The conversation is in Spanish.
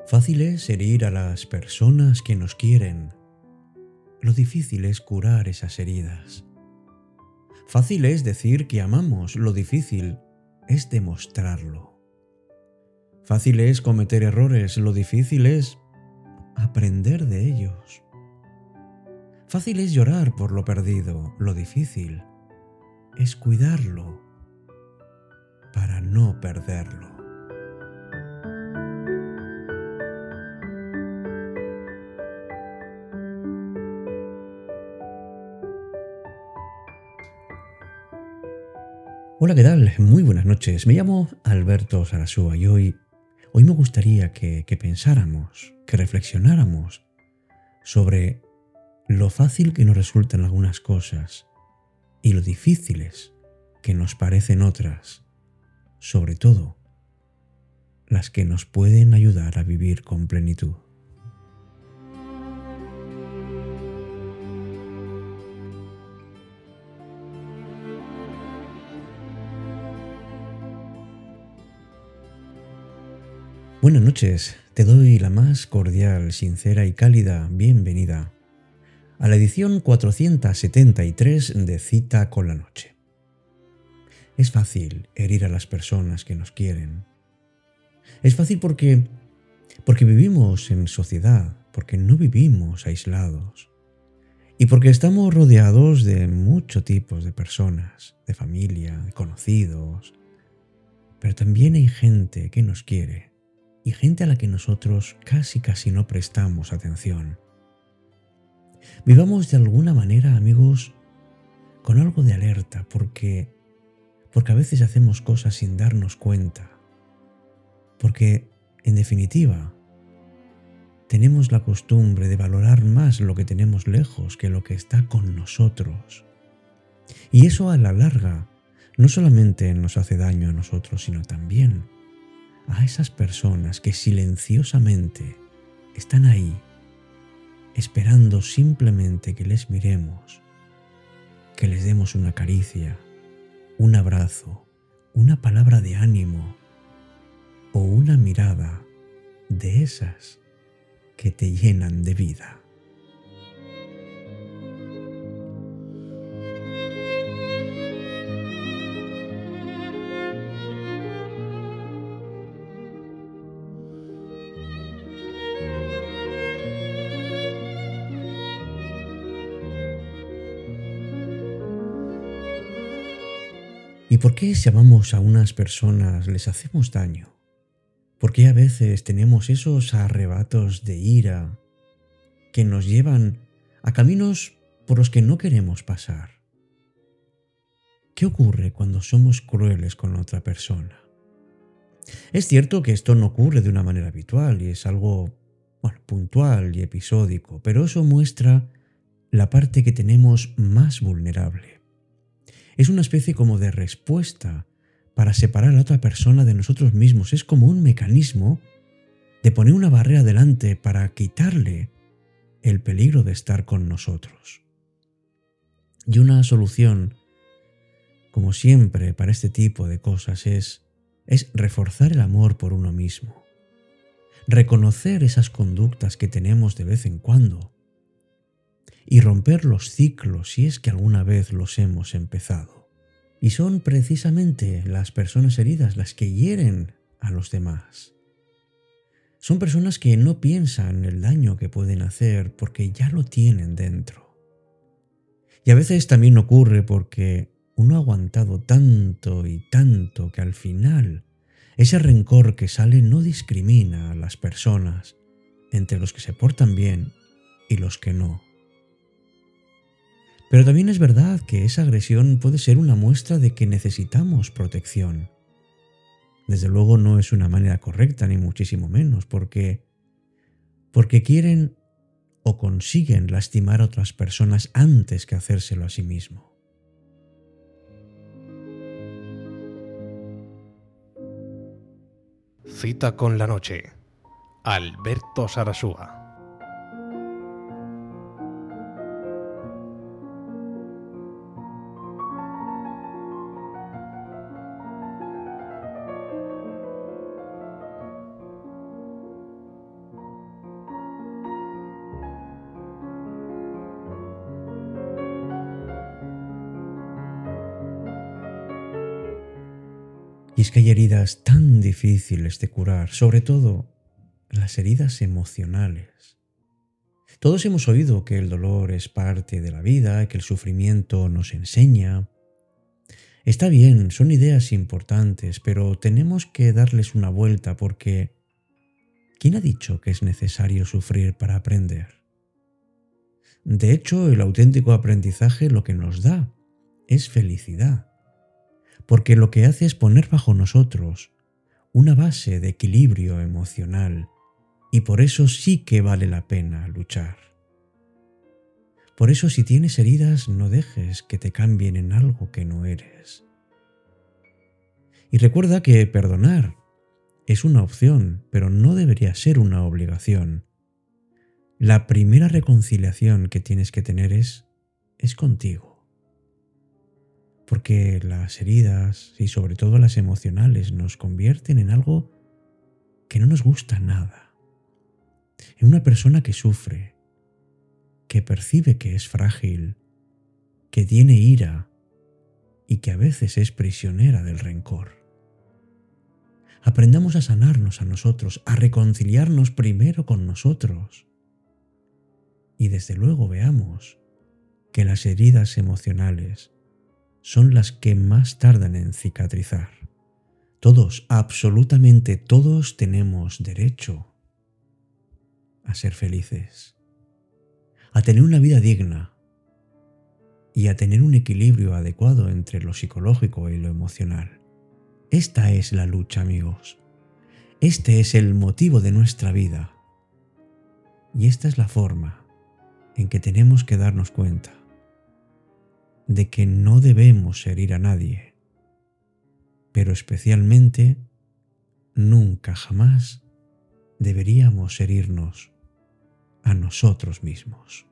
Fácil es herir a las personas que nos quieren. Lo difícil es curar esas heridas. Fácil es decir que amamos, lo difícil es demostrarlo. Fácil es cometer errores, lo difícil es aprender de ellos. Fácil es llorar por lo perdido, lo difícil es cuidarlo para no perderlo. Hola, ¿qué tal? Muy buenas noches. Me llamo Alberto Sarasúa y hoy me gustaría que pensáramos, que reflexionáramos sobre lo fácil que nos resultan algunas cosas y lo difíciles que nos parecen otras, sobre todo las que nos pueden ayudar a vivir con plenitud. Buenas noches, te doy la más cordial, sincera y cálida bienvenida a la edición 473 de Cita con la Noche. Es fácil herir a las personas que nos quieren. Es fácil porque vivimos en sociedad, porque no vivimos aislados y porque estamos rodeados de muchos tipos de personas, de familia, de conocidos, pero también hay gente que nos quiere y gente a la que nosotros casi no prestamos atención. Vivamos de alguna manera, amigos, con algo de alerta, porque a veces hacemos cosas sin darnos cuenta, porque, en definitiva, tenemos la costumbre de valorar más lo que tenemos lejos que lo que está con nosotros. Y eso a la larga no solamente nos hace daño a nosotros, sino también a esas personas que silenciosamente están ahí, esperando simplemente que les miremos, que les demos una caricia, un abrazo, una palabra de ánimo o una mirada de esas que te llenan de vida. ¿Y por qué si amamos a unas personas les hacemos daño? ¿Por qué a veces tenemos esos arrebatos de ira que nos llevan a caminos por los que no queremos pasar? ¿Qué ocurre cuando somos crueles con otra persona? Es cierto que esto no ocurre de una manera habitual y es algo, puntual y episódico, pero eso muestra la parte que tenemos más vulnerable. Es una especie como de respuesta para separar a la otra persona de nosotros mismos. Es como un mecanismo de poner una barrera delante para quitarle el peligro de estar con nosotros. Y una solución, como siempre, para este tipo de cosas es reforzar el amor por uno mismo. Reconocer esas conductas que tenemos de vez en cuando y romper los ciclos si es que alguna vez los hemos empezado. Y son precisamente las personas heridas las que hieren a los demás. Son personas que no piensan en el daño que pueden hacer porque ya lo tienen dentro. Y a veces también ocurre porque uno ha aguantado tanto y tanto que al final ese rencor que sale no discrimina a las personas entre los que se portan bien y los que no. Pero también es verdad que esa agresión puede ser una muestra de que necesitamos protección. Desde luego no es una manera correcta, ni muchísimo menos, porque quieren o consiguen lastimar a otras personas antes que hacérselo a sí mismo. Cita con la Noche. Alberto Sarasúa. Y es que hay heridas tan difíciles de curar, sobre todo las heridas emocionales. Todos hemos oído que el dolor es parte de la vida, que el sufrimiento nos enseña. Está bien, son ideas importantes, pero tenemos que darles una vuelta porque ¿quién ha dicho que es necesario sufrir para aprender? De hecho, el auténtico aprendizaje lo que nos da es felicidad, porque lo que hace es poner bajo nosotros una base de equilibrio emocional, y por eso sí que vale la pena luchar. Por eso, si tienes heridas, no dejes que te cambien en algo que no eres. Y recuerda que perdonar es una opción, pero no debería ser una obligación. La primera reconciliación que tienes que tener es contigo. Porque las heridas, y sobre todo las emocionales, nos convierten en algo que no nos gusta nada. En una persona que sufre, que percibe que es frágil, que tiene ira y que a veces es prisionera del rencor. Aprendamos a sanarnos a nosotros, a reconciliarnos primero con nosotros. Y desde luego veamos que las heridas emocionales son las que más tardan en cicatrizar. Todos, absolutamente todos, tenemos derecho a ser felices, a tener una vida digna y a tener un equilibrio adecuado entre lo psicológico y lo emocional. Esta es la lucha, amigos. Este es el motivo de nuestra vida. Y esta es la forma en que tenemos que darnos cuenta de que no debemos herir a nadie, pero especialmente nunca jamás deberíamos herirnos a nosotros mismos.